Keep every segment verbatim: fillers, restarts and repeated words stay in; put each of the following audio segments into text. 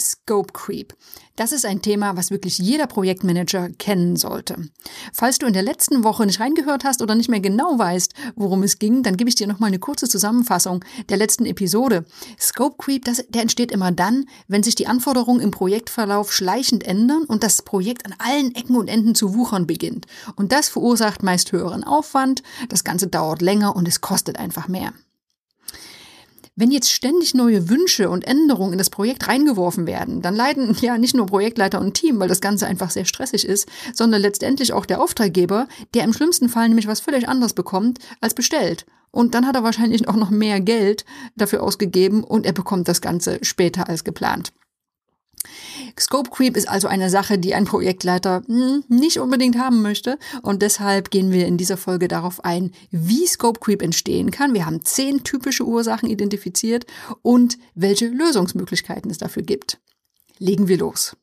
Scope Creep. Das ist ein Thema, was wirklich jeder Projektmanager kennen sollte. Falls du in der letzten Woche nicht reingehört hast oder nicht mehr genau weißt, worum es ging, dann gebe ich dir nochmal eine kurze Zusammenfassung der letzten Episode. Scope Creep, das, der entsteht immer dann, wenn sich die Anforderungen im Projektverlauf schleichend ändern und das Projekt an allen Ecken und Enden zu wuchern beginnt. Und das verursacht meist höheren Aufwand, das Ganze dauert länger und es kostet einfach mehr. Wenn jetzt ständig neue Wünsche und Änderungen in das Projekt reingeworfen werden, dann leiden ja nicht nur Projektleiter und Team, weil das Ganze einfach sehr stressig ist, sondern letztendlich auch der Auftraggeber, der im schlimmsten Fall nämlich was völlig anderes bekommt als bestellt. Und dann hat er wahrscheinlich auch noch mehr Geld dafür ausgegeben und er bekommt das Ganze später als geplant. Scope Creep ist also eine Sache, die ein Projektleiter hm, nicht unbedingt haben möchte und deshalb gehen wir in dieser Folge darauf ein, wie Scope Creep entstehen kann. Wir haben zehn typische Ursachen identifiziert und welche Lösungsmöglichkeiten es dafür gibt. Legen wir los.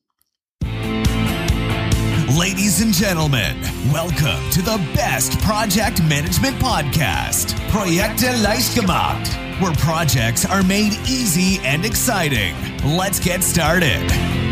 Ladies and gentlemen, welcome to the best project management podcast, Projekte leicht gemacht, where projects are made easy and exciting. Let's get started.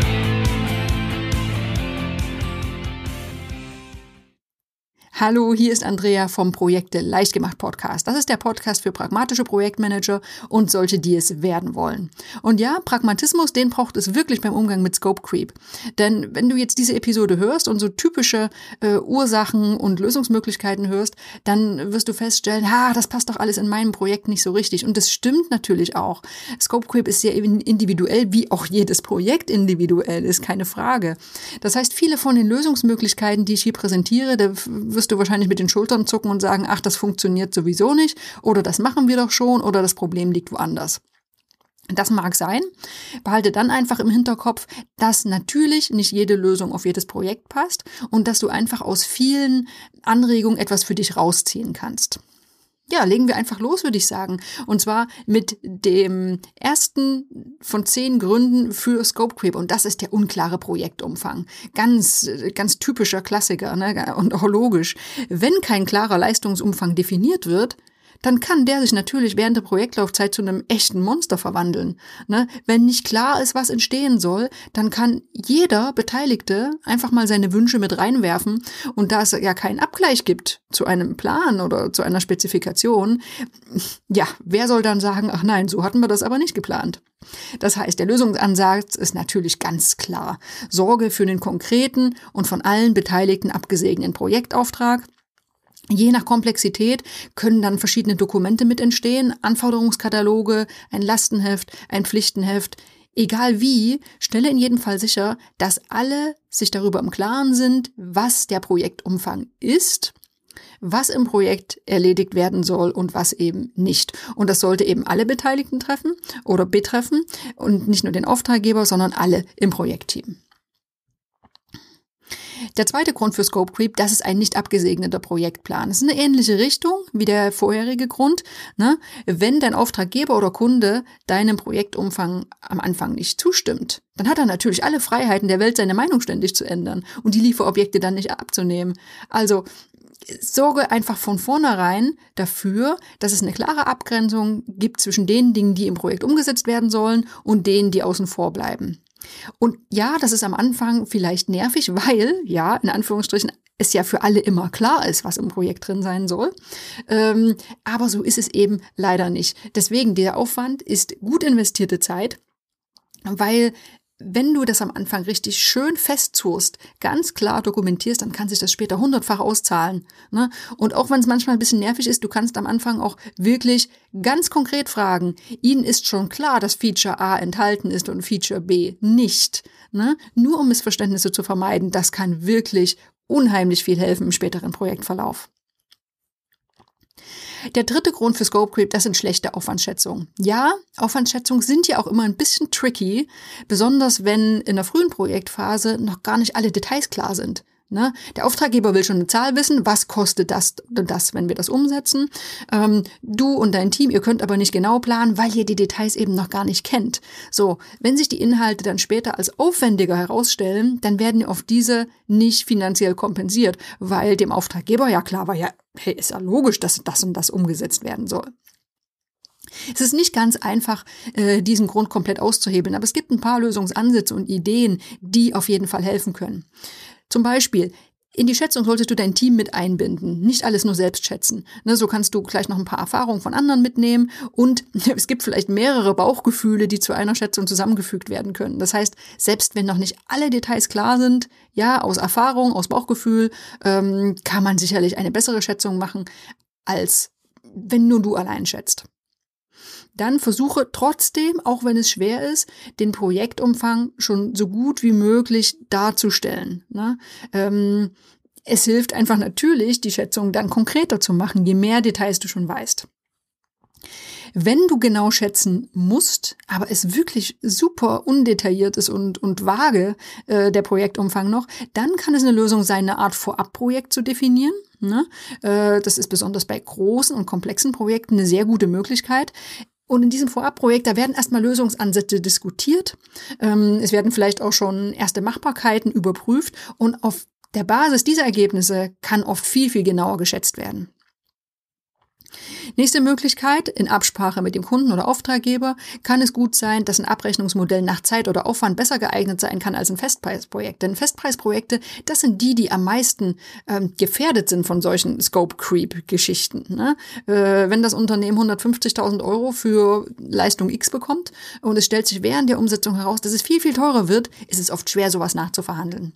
Hallo, hier ist Andrea vom Projekte leicht gemacht Podcast. Das ist der Podcast für pragmatische Projektmanager und solche, die es werden wollen. Und ja, Pragmatismus, den braucht es wirklich beim Umgang mit Scope Creep. Denn wenn du jetzt diese Episode hörst und so typische äh, Ursachen und Lösungsmöglichkeiten hörst, dann wirst du feststellen, ha, das passt doch alles in meinem Projekt nicht so richtig. Und das stimmt natürlich auch. Scope Creep ist sehr individuell, wie auch jedes Projekt individuell ist, keine Frage. Das heißt, viele von den Lösungsmöglichkeiten, die ich hier präsentiere, da wirst du wahrscheinlich mit den Schultern zucken und sagen, ach, das funktioniert sowieso nicht oder das machen wir doch schon oder das Problem liegt woanders. Das mag sein. Behalte dann einfach im Hinterkopf, dass natürlich nicht jede Lösung auf jedes Projekt passt und dass du einfach aus vielen Anregungen etwas für dich rausziehen kannst. Ja, legen wir einfach los, würde ich sagen. Und zwar mit dem ersten von zehn Gründen für Scope Creep. Und das ist der unklare Projektumfang. Ganz, ganz typischer Klassiker, ne? Und auch logisch. Wenn kein klarer Leistungsumfang definiert wird, dann kann der sich natürlich während der Projektlaufzeit zu einem echten Monster verwandeln. Ne? Wenn nicht klar ist, was entstehen soll, dann kann jeder Beteiligte einfach mal seine Wünsche mit reinwerfen. Und da es ja keinen Abgleich gibt zu einem Plan oder zu einer Spezifikation, ja, wer soll dann sagen, ach nein, so hatten wir das aber nicht geplant. Das heißt, der Lösungsansatz ist natürlich ganz klar. Sorge für den konkreten und von allen Beteiligten abgesegneten Projektauftrag. Je nach Komplexität können dann verschiedene Dokumente mit entstehen, Anforderungskataloge, ein Lastenheft, ein Pflichtenheft. Egal wie, stelle in jedem Fall sicher, dass alle sich darüber im Klaren sind, was der Projektumfang ist, was im Projekt erledigt werden soll und was eben nicht. Und das sollte eben alle Beteiligten treffen oder betreffen und nicht nur den Auftraggeber, sondern alle im Projektteam. Der zweite Grund für Scope Creep, das ist ein nicht abgesegneter Projektplan. Das ist eine ähnliche Richtung wie der vorherige Grund. Ne? Wenn dein Auftraggeber oder Kunde deinem Projektumfang am Anfang nicht zustimmt, dann hat er natürlich alle Freiheiten der Welt, seine Meinung ständig zu ändern und die Lieferobjekte dann nicht abzunehmen. Also sorge einfach von vornherein dafür, dass es eine klare Abgrenzung gibt zwischen den Dingen, die im Projekt umgesetzt werden sollen und denen, die außen vor bleiben. Und ja, das ist am Anfang vielleicht nervig, weil, ja, in Anführungsstrichen, es ja für alle immer klar ist, was im Projekt drin sein soll. Ähm, aber so ist es eben leider nicht. Deswegen, der Aufwand ist gut investierte Zeit, weil wenn du das am Anfang richtig schön festzurst, ganz klar dokumentierst, dann kann sich das später hundertfach auszahlen. Ne? Und auch wenn es manchmal ein bisschen nervig ist, du kannst am Anfang auch wirklich ganz konkret fragen, Ihnen ist schon klar, dass Feature A enthalten ist und Feature B nicht. Ne? Nur um Missverständnisse zu vermeiden, das kann wirklich unheimlich viel helfen im späteren Projektverlauf. Der dritte Grund für Scope Creep, das sind schlechte Aufwandschätzungen. Ja, Aufwandschätzungen sind ja auch immer ein bisschen tricky, besonders wenn in der frühen Projektphase noch gar nicht alle Details klar sind. Ne? Der Auftraggeber will schon eine Zahl wissen, was kostet das und das, wenn wir das umsetzen. Ähm, du und dein Team, ihr könnt aber nicht genau planen, weil ihr die Details eben noch gar nicht kennt. So, wenn sich die Inhalte dann später als aufwendiger herausstellen, dann werden auf diese nicht finanziell kompensiert, weil dem Auftraggeber ja klar war, ja, hey, ist ja logisch, dass das und das umgesetzt werden soll. Es ist nicht ganz einfach, äh, diesen Grund komplett auszuhebeln, aber es gibt ein paar Lösungsansätze und Ideen, die auf jeden Fall helfen können. Zum Beispiel, in die Schätzung solltest du dein Team mit einbinden, nicht alles nur selbst schätzen. Ne, so kannst du gleich noch ein paar Erfahrungen von anderen mitnehmen und es gibt vielleicht mehrere Bauchgefühle, die zu einer Schätzung zusammengefügt werden können. Das heißt, selbst wenn noch nicht alle Details klar sind, ja, aus Erfahrung, aus Bauchgefühl, ähm, kann man sicherlich eine bessere Schätzung machen, als wenn nur du allein schätzt. Dann versuche trotzdem, auch wenn es schwer ist, den Projektumfang schon so gut wie möglich darzustellen. Ne? Ähm, es hilft einfach natürlich, die Schätzung dann konkreter zu machen, je mehr Details du schon weißt. Wenn du genau schätzen musst, aber es wirklich super undetailliert ist und, und vage, äh, der Projektumfang noch, dann kann es eine Lösung sein, eine Art Vorabprojekt zu definieren. Ne? Äh, das ist besonders bei großen und komplexen Projekten eine sehr gute Möglichkeit. Und in diesem Vorabprojekt, da werden erstmal Lösungsansätze diskutiert. Ähm, es werden vielleicht auch schon erste Machbarkeiten überprüft. Und auf der Basis dieser Ergebnisse kann oft viel, viel genauer geschätzt werden. Nächste Möglichkeit, in Absprache mit dem Kunden oder Auftraggeber, kann es gut sein, dass ein Abrechnungsmodell nach Zeit oder Aufwand besser geeignet sein kann als ein Festpreisprojekt. Denn Festpreisprojekte, das sind die, die am meisten ähm, gefährdet sind von solchen Scope-Creep-Geschichten. Ne? Äh, wenn das Unternehmen hundertfünfzigtausend Euro für Leistung X bekommt und es stellt sich während der Umsetzung heraus, dass es viel, viel teurer wird, ist es oft schwer, sowas nachzuverhandeln.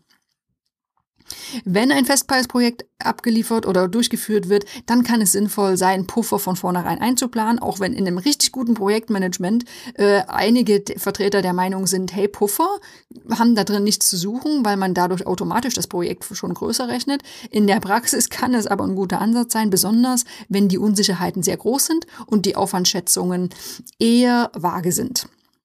Wenn ein Festpreisprojekt abgeliefert oder durchgeführt wird, dann kann es sinnvoll sein, Puffer von vornherein einzuplanen, auch wenn in einem richtig guten Projektmanagement äh, einige Vertreter der Meinung sind, hey, Puffer haben da drin nichts zu suchen, weil man dadurch automatisch das Projekt schon größer rechnet. In der Praxis kann es aber ein guter Ansatz sein, besonders wenn die Unsicherheiten sehr groß sind und die Aufwandschätzungen eher vage sind.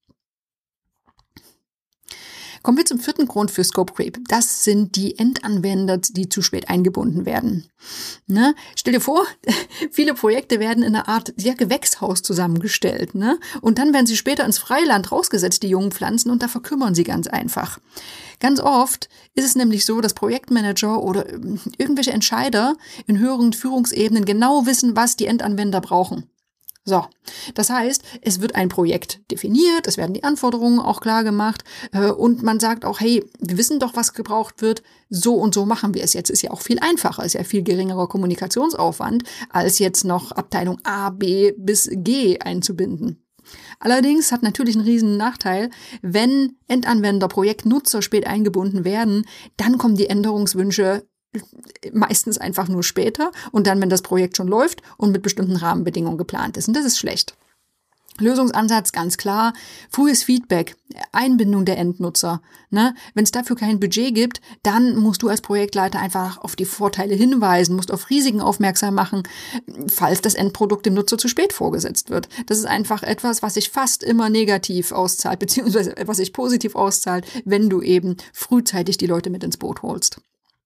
Kommen wir zum vierten Grund für Scope Creep. Das sind die Endanwender, die zu spät eingebunden werden. Ne? Stell dir vor, viele Projekte werden in einer Art ja, Gewächshaus zusammengestellt. Ne? Und dann werden sie später ins Freiland rausgesetzt, die jungen Pflanzen, und da verkümmern sie ganz einfach. Ganz oft ist es nämlich so, dass Projektmanager oder irgendwelche Entscheider in höheren Führungsebenen genau wissen, was die Endanwender brauchen. So, das heißt, es wird ein Projekt definiert, es werden die Anforderungen auch klar gemacht äh, und man sagt auch, hey, wir wissen doch, was gebraucht wird, so und so machen wir es jetzt. Ist ja auch viel einfacher, ist ja viel geringerer Kommunikationsaufwand, als jetzt noch Abteilung A, B bis G einzubinden. Allerdings hat natürlich einen riesen Nachteil, wenn Endanwender, Projektnutzer spät eingebunden werden, dann kommen die Änderungswünsche meistens einfach nur später und dann, wenn das Projekt schon läuft und mit bestimmten Rahmenbedingungen geplant ist. Und das ist schlecht. Lösungsansatz ganz klar, frühes Feedback, Einbindung der Endnutzer. Ne? Wenn es dafür kein Budget gibt, dann musst du als Projektleiter einfach auf die Vorteile hinweisen, musst auf Risiken aufmerksam machen, falls das Endprodukt dem Nutzer zu spät vorgesetzt wird. Das ist einfach etwas, was sich fast immer negativ auszahlt, beziehungsweise was sich positiv auszahlt, wenn du eben frühzeitig die Leute mit ins Boot holst.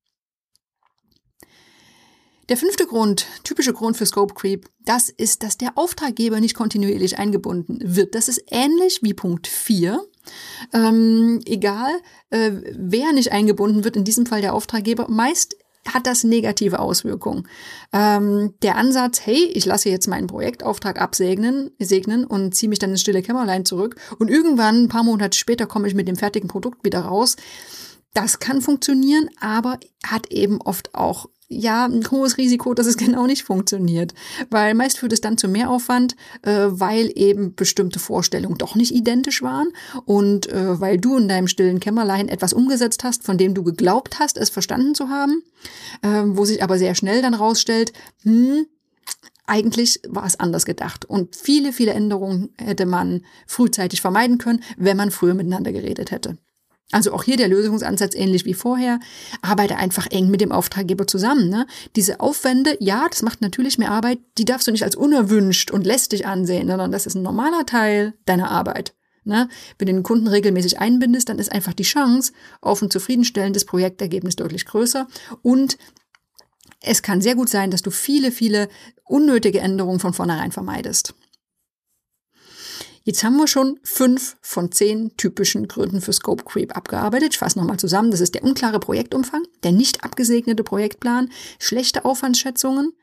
Der fünfte Grund, typische Grund für Scope Creep, das ist, dass der Auftraggeber nicht kontinuierlich eingebunden wird. Das ist ähnlich wie Punkt vier. Ähm, egal, äh, wer nicht eingebunden wird, in diesem Fall der Auftraggeber, meist hat das negative Auswirkungen. Ähm, der Ansatz, hey, ich lasse jetzt meinen Projektauftrag absegnen segnen und ziehe mich dann ins stille Kämmerlein zurück und irgendwann, ein paar Monate später, komme ich mit dem fertigen Produkt wieder raus. Das kann funktionieren, aber hat eben oft auch ja, ein hohes Risiko, dass es genau nicht funktioniert. Weil meist führt es dann zu Mehraufwand, äh, weil eben bestimmte Vorstellungen doch nicht identisch waren und äh, weil du in deinem stillen Kämmerlein etwas umgesetzt hast, von dem du geglaubt hast, es verstanden zu haben, äh, wo sich aber sehr schnell dann rausstellt, hm, eigentlich war es anders gedacht. Und viele, viele Änderungen hätte man frühzeitig vermeiden können, wenn man früher miteinander geredet hätte. Also auch hier der Lösungsansatz ähnlich wie vorher. Arbeite einfach eng mit dem Auftraggeber zusammen. Ne? Diese Aufwände, ja, das macht natürlich mehr Arbeit, die darfst du nicht als unerwünscht und lästig ansehen, sondern das ist ein normaler Teil deiner Arbeit. Ne? Wenn du den Kunden regelmäßig einbindest, dann ist einfach die Chance auf ein zufriedenstellendes Projektergebnis deutlich größer. Und es kann sehr gut sein, dass du viele, viele unnötige Änderungen von vornherein vermeidest. Jetzt haben wir schon fünf von zehn typischen Gründen für Scope Creep abgearbeitet. Ich fasse nochmal zusammen. Das ist der unklare Projektumfang, der nicht abgesegnete Projektplan, schlechte Aufwandsschätzungen,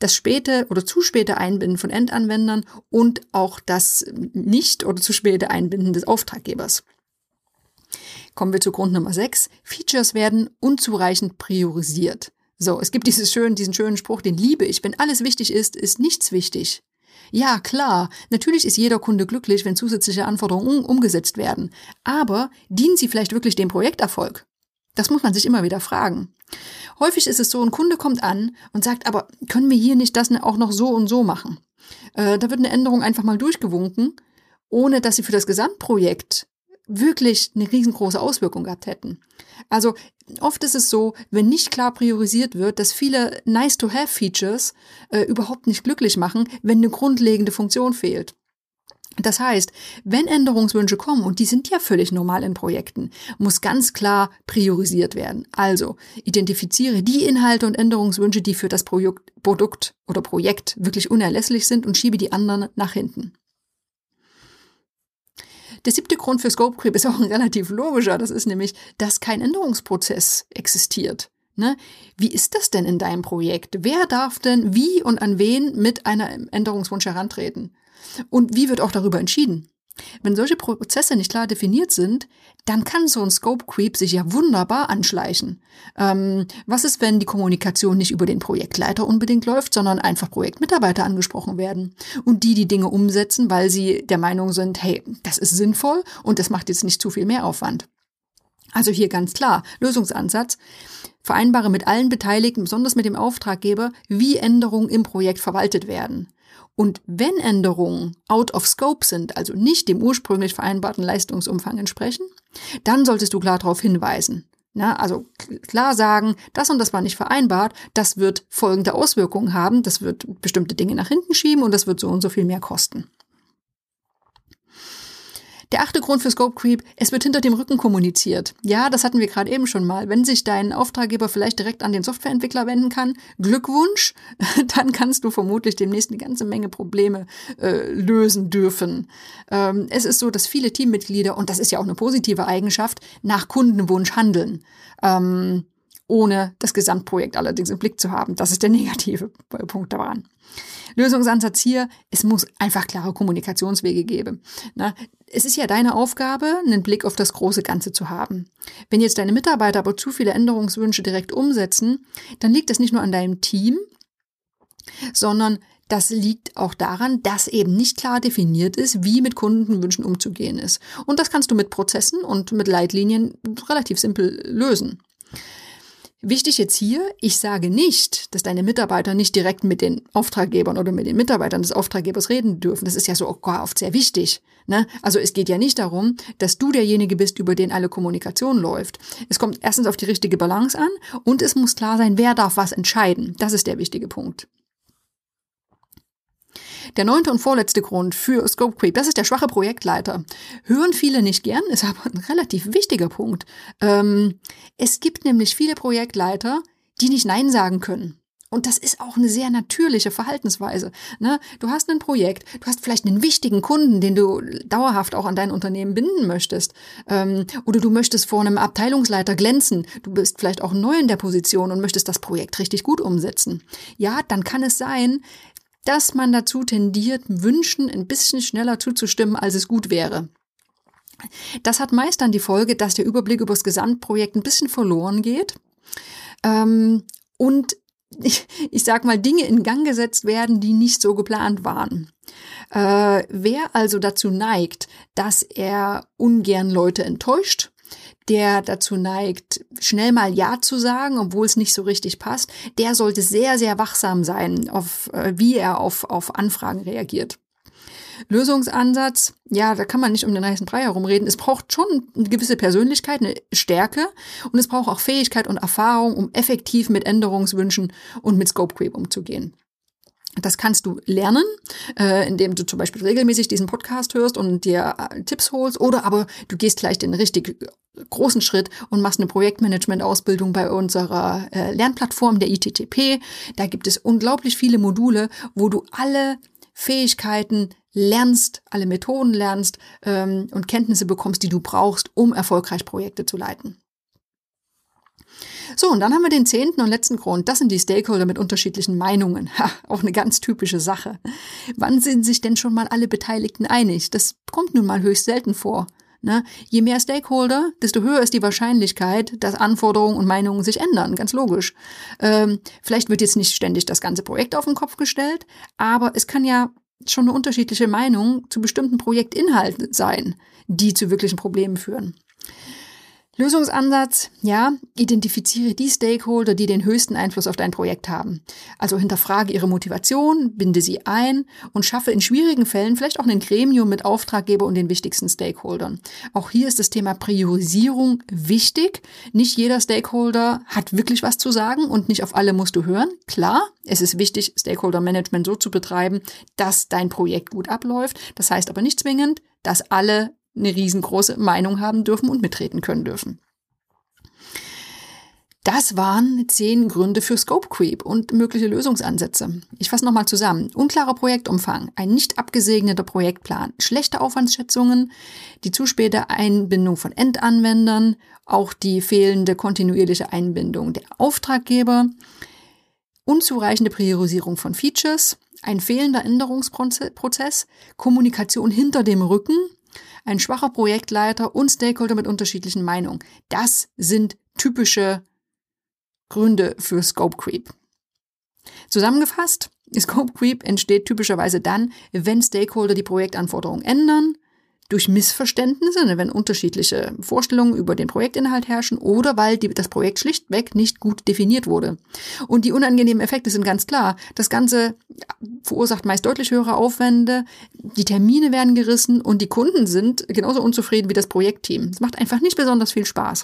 das späte oder zu späte Einbinden von Endanwendern und auch das nicht oder zu späte Einbinden des Auftraggebers. Kommen wir zu Grund Nummer sechs. Features werden unzureichend priorisiert. So, es gibt dieses schönen, diesen schönen Spruch, den liebe ich. Wenn alles wichtig ist, ist nichts wichtig. Ja, klar, natürlich ist jeder Kunde glücklich, wenn zusätzliche Anforderungen um, umgesetzt werden. Aber dienen sie vielleicht wirklich dem Projekterfolg? Das muss man sich immer wieder fragen. Häufig ist es so, ein Kunde kommt an und sagt, aber können wir hier nicht das auch noch so und so machen? Äh, da wird eine Änderung einfach mal durchgewunken, ohne dass sie für das Gesamtprojekt wirklich eine riesengroße Auswirkung gehabt hätten. Also oft ist es so, wenn nicht klar priorisiert wird, dass viele Nice-to-have-Features äh, überhaupt nicht glücklich machen, wenn eine grundlegende Funktion fehlt. Das heißt, wenn Änderungswünsche kommen, und die sind ja völlig normal in Projekten, muss ganz klar priorisiert werden. Also identifiziere die Inhalte und Änderungswünsche, die für das Projekt, Produkt oder Projekt wirklich unerlässlich sind und schiebe die anderen nach hinten. Der siebte Grund für Scope Creep ist auch ein relativ logischer. Das ist nämlich, dass kein Änderungsprozess existiert. Ne? Wie ist das denn in deinem Projekt? Wer darf denn wie und an wen mit einem Änderungswunsch herantreten? Und wie wird auch darüber entschieden? Wenn solche Prozesse nicht klar definiert sind, dann kann so ein Scope Creep sich ja wunderbar anschleichen. Ähm, was ist, wenn die Kommunikation nicht über den Projektleiter unbedingt läuft, sondern einfach Projektmitarbeiter angesprochen werden und die die Dinge umsetzen, weil sie der Meinung sind, hey, das ist sinnvoll und das macht jetzt nicht zu viel Mehraufwand. Also hier ganz klar, Lösungsansatz. Vereinbare mit allen Beteiligten, besonders mit dem Auftraggeber, wie Änderungen im Projekt verwaltet werden. Und wenn Änderungen out of scope sind, also nicht dem ursprünglich vereinbarten Leistungsumfang entsprechen, dann solltest du klar darauf hinweisen. Na, also klar sagen, das und das war nicht vereinbart, das wird folgende Auswirkungen haben, das wird bestimmte Dinge nach hinten schieben und das wird so und so viel mehr kosten. Der achte Grund für Scope Creep, es wird hinter dem Rücken kommuniziert. Ja, das hatten wir gerade eben schon mal. Wenn sich dein Auftraggeber vielleicht direkt an den Softwareentwickler wenden kann, Glückwunsch, dann kannst du vermutlich demnächst eine ganze Menge Probleme äh, lösen dürfen. Ähm, es ist so, dass viele Teammitglieder, und das ist ja auch eine positive Eigenschaft, nach Kundenwunsch handeln. Ähm, ohne das Gesamtprojekt allerdings im Blick zu haben. Das ist der negative Punkt daran. Lösungsansatz hier, es muss einfach klare Kommunikationswege geben. Na, es ist ja deine Aufgabe, einen Blick auf das große Ganze zu haben. Wenn jetzt deine Mitarbeiter aber zu viele Änderungswünsche direkt umsetzen, dann liegt das nicht nur an deinem Team, sondern das liegt auch daran, dass eben nicht klar definiert ist, wie mit Kundenwünschen umzugehen ist. Und das kannst du mit Prozessen und mit Leitlinien relativ simpel lösen. Wichtig jetzt hier, ich sage nicht, dass deine Mitarbeiter nicht direkt mit den Auftraggebern oder mit den Mitarbeitern des Auftraggebers reden dürfen. Das ist ja so gar oft sehr wichtig. Ne? Also es geht ja nicht darum, dass du derjenige bist, über den alle Kommunikation läuft. Es kommt erstens auf die richtige Balance an und es muss klar sein, wer darf was entscheiden. Das ist der wichtige Punkt. Der neunte und vorletzte Grund für Scope Creep, das ist der schwache Projektleiter. Hören viele nicht gern, ist aber ein relativ wichtiger Punkt. Ähm, es gibt nämlich viele Projektleiter, die nicht Nein sagen können. Und das ist auch eine sehr natürliche Verhaltensweise. Ne? Du hast ein Projekt, du hast vielleicht einen wichtigen Kunden, den du dauerhaft auch an dein Unternehmen binden möchtest. Ähm, oder du möchtest vor einem Abteilungsleiter glänzen. Du bist vielleicht auch neu in der Position und möchtest das Projekt richtig gut umsetzen. Ja, dann kann es sein, dass man dazu tendiert, Wünschen ein bisschen schneller zuzustimmen, als es gut wäre. Das hat meist dann die Folge, dass der Überblick über das Gesamtprojekt ein bisschen verloren geht ähm, und ich, ich sag mal, Dinge in Gang gesetzt werden, die nicht so geplant waren. Äh, wer also dazu neigt, dass er ungern Leute enttäuscht, der dazu neigt, schnell mal Ja zu sagen, obwohl es nicht so richtig passt, der sollte sehr, sehr wachsam sein, auf äh, wie er auf, auf Anfragen reagiert. Lösungsansatz, ja, da kann man nicht um den heißen Brei herumreden. Es braucht schon eine gewisse Persönlichkeit, eine Stärke und es braucht auch Fähigkeit und Erfahrung, um effektiv mit Änderungswünschen und mit Scope Creep umzugehen. Das kannst du lernen, äh, indem du zum Beispiel regelmäßig diesen Podcast hörst und dir äh, Tipps holst, oder aber du gehst gleich den richtig großen Schritt und machst eine Projektmanagement-Ausbildung bei unserer äh, Lernplattform, der I T T P. Da gibt es unglaublich viele Module, wo du alle Fähigkeiten lernst, alle Methoden lernst ähm, und Kenntnisse bekommst, die du brauchst, um erfolgreich Projekte zu leiten. So, und dann haben wir den zehnten und letzten Grund. Das sind die Stakeholder mit unterschiedlichen Meinungen. Ha, auch eine ganz typische Sache. Wann sind sich denn schon mal alle Beteiligten einig? Das kommt nun mal höchst selten vor. Ne? Je mehr Stakeholder, desto höher ist die Wahrscheinlichkeit, dass Anforderungen und Meinungen sich ändern. Ganz logisch. Ähm, vielleicht wird jetzt nicht ständig das ganze Projekt auf den Kopf gestellt, aber es kann ja schon eine unterschiedliche Meinung zu bestimmten Projektinhalten sein, die zu wirklichen Problemen führen. Lösungsansatz, ja, identifiziere die Stakeholder, die den höchsten Einfluss auf dein Projekt haben. Also hinterfrage ihre Motivation, binde sie ein und schaffe in schwierigen Fällen vielleicht auch ein Gremium mit Auftraggeber und den wichtigsten Stakeholdern. Auch hier ist das Thema Priorisierung wichtig. Nicht jeder Stakeholder hat wirklich was zu sagen und nicht auf alle musst du hören. Klar, es ist wichtig, Stakeholder-Management so zu betreiben, dass dein Projekt gut abläuft. Das heißt aber nicht zwingend, dass alle eine riesengroße Meinung haben dürfen und mitreden können dürfen. Das waren zehn Gründe für Scope Creep und mögliche Lösungsansätze. Ich fasse nochmal zusammen. Unklarer Projektumfang, ein nicht abgesegneter Projektplan, schlechte Aufwandsschätzungen, die zu späte Einbindung von Endanwendern, auch die fehlende kontinuierliche Einbindung der Auftraggeber, unzureichende Priorisierung von Features, ein fehlender Änderungsprozess, Kommunikation hinter dem Rücken, ein schwacher Projektleiter und Stakeholder mit unterschiedlichen Meinungen. Das sind typische Gründe für Scope Creep. Zusammengefasst, Scope Creep entsteht typischerweise dann, wenn Stakeholder die Projektanforderungen ändern, durch Missverständnisse, wenn unterschiedliche Vorstellungen über den Projektinhalt herrschen oder weil die, das Projekt schlichtweg nicht gut definiert wurde. Und die unangenehmen Effekte sind ganz klar. Das Ganze verursacht meist deutlich höhere Aufwände, die Termine werden gerissen und die Kunden sind genauso unzufrieden wie das Projektteam. Es macht einfach nicht besonders viel Spaß.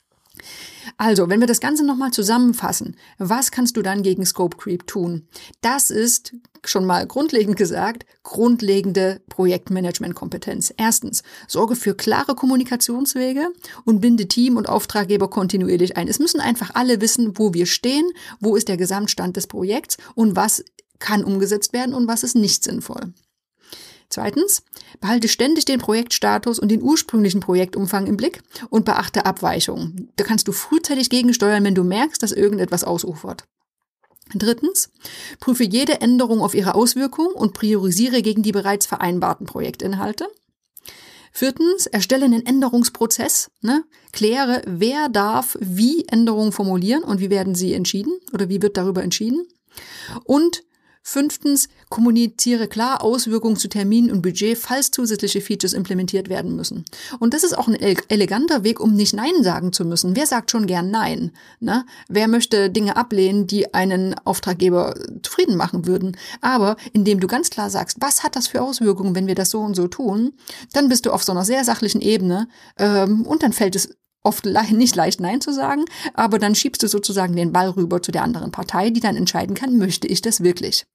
Also, wenn wir das Ganze nochmal zusammenfassen, was kannst du dann gegen Scope Creep tun? Das ist, schon mal grundlegend gesagt, grundlegende Projektmanagement-Kompetenz. Erstens, sorge für klare Kommunikationswege und binde Team und Auftraggeber kontinuierlich ein. Es müssen einfach alle wissen, wo wir stehen, wo ist der Gesamtstand des Projekts und was kann umgesetzt werden und was ist nicht sinnvoll. Zweitens, behalte ständig den Projektstatus und den ursprünglichen Projektumfang im Blick und beachte Abweichungen. Da kannst du frühzeitig gegensteuern, wenn du merkst, dass irgendetwas ausufert. Drittens, prüfe jede Änderung auf ihre Auswirkungen und priorisiere gegen die bereits vereinbarten Projektinhalte. Viertens, erstelle einen Änderungsprozess, ne? Kläre, wer darf wie Änderungen formulieren und wie werden sie entschieden oder wie wird darüber entschieden. Und fünftens, kommuniziere klar Auswirkungen zu Terminen und Budget, falls zusätzliche Features implementiert werden müssen. Und das ist auch ein eleganter Weg, um nicht Nein sagen zu müssen. Wer sagt schon gern Nein? Ne? Wer möchte Dinge ablehnen, die einen Auftraggeber zufrieden machen würden? Aber indem du ganz klar sagst, was hat das für Auswirkungen, wenn wir das so und so tun, dann bist du auf so einer sehr sachlichen Ebene ähm, und dann fällt es oft le- nicht leicht Nein zu sagen, aber dann schiebst du sozusagen den Ball rüber zu der anderen Partei, die dann entscheiden kann, möchte ich das wirklich?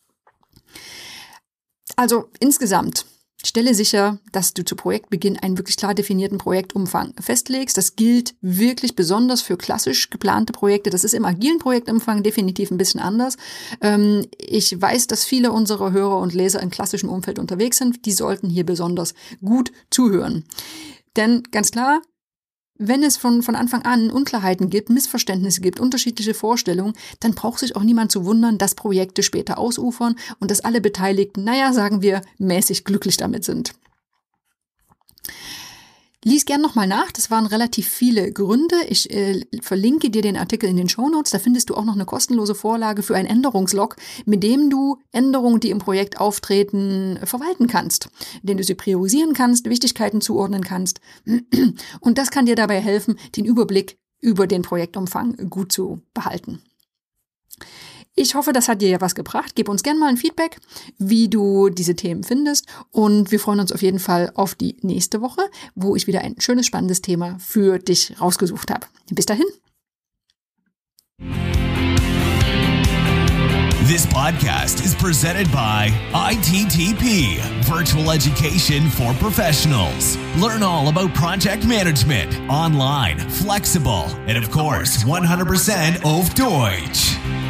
Also insgesamt, stelle sicher, dass du zu Projektbeginn einen wirklich klar definierten Projektumfang festlegst. Das gilt wirklich besonders für klassisch geplante Projekte. Das ist im agilen Projektumfang definitiv ein bisschen anders. Ähm, ich weiß, dass viele unserer Hörer und Leser in klassischem Umfeld unterwegs sind. Die sollten hier besonders gut zuhören. Denn ganz klar, wenn es von, von Anfang an Unklarheiten gibt, Missverständnisse gibt, unterschiedliche Vorstellungen, dann braucht sich auch niemand zu wundern, dass Projekte später ausufern und dass alle Beteiligten, naja, sagen wir, mäßig glücklich damit sind. Lies gern nochmal nach, das waren relativ viele Gründe. Ich äh, verlinke dir den Artikel in den Shownotes, da findest du auch noch eine kostenlose Vorlage für ein Änderungslog, mit dem du Änderungen, die im Projekt auftreten, verwalten kannst, indem du sie priorisieren kannst, Wichtigkeiten zuordnen kannst. Und das kann dir dabei helfen, den Überblick über den Projektumfang gut zu behalten. Ich hoffe, das hat dir ja was gebracht. Gib uns gerne mal ein Feedback, wie du diese Themen findest. Und wir freuen uns auf jeden Fall auf die nächste Woche, wo ich wieder ein schönes, spannendes Thema für dich rausgesucht habe. Bis dahin. This podcast is presented by I T T P, Virtual Education for Professionals. Learn all about project management, online, flexible, and of course, one hundred percent auf Deutsch.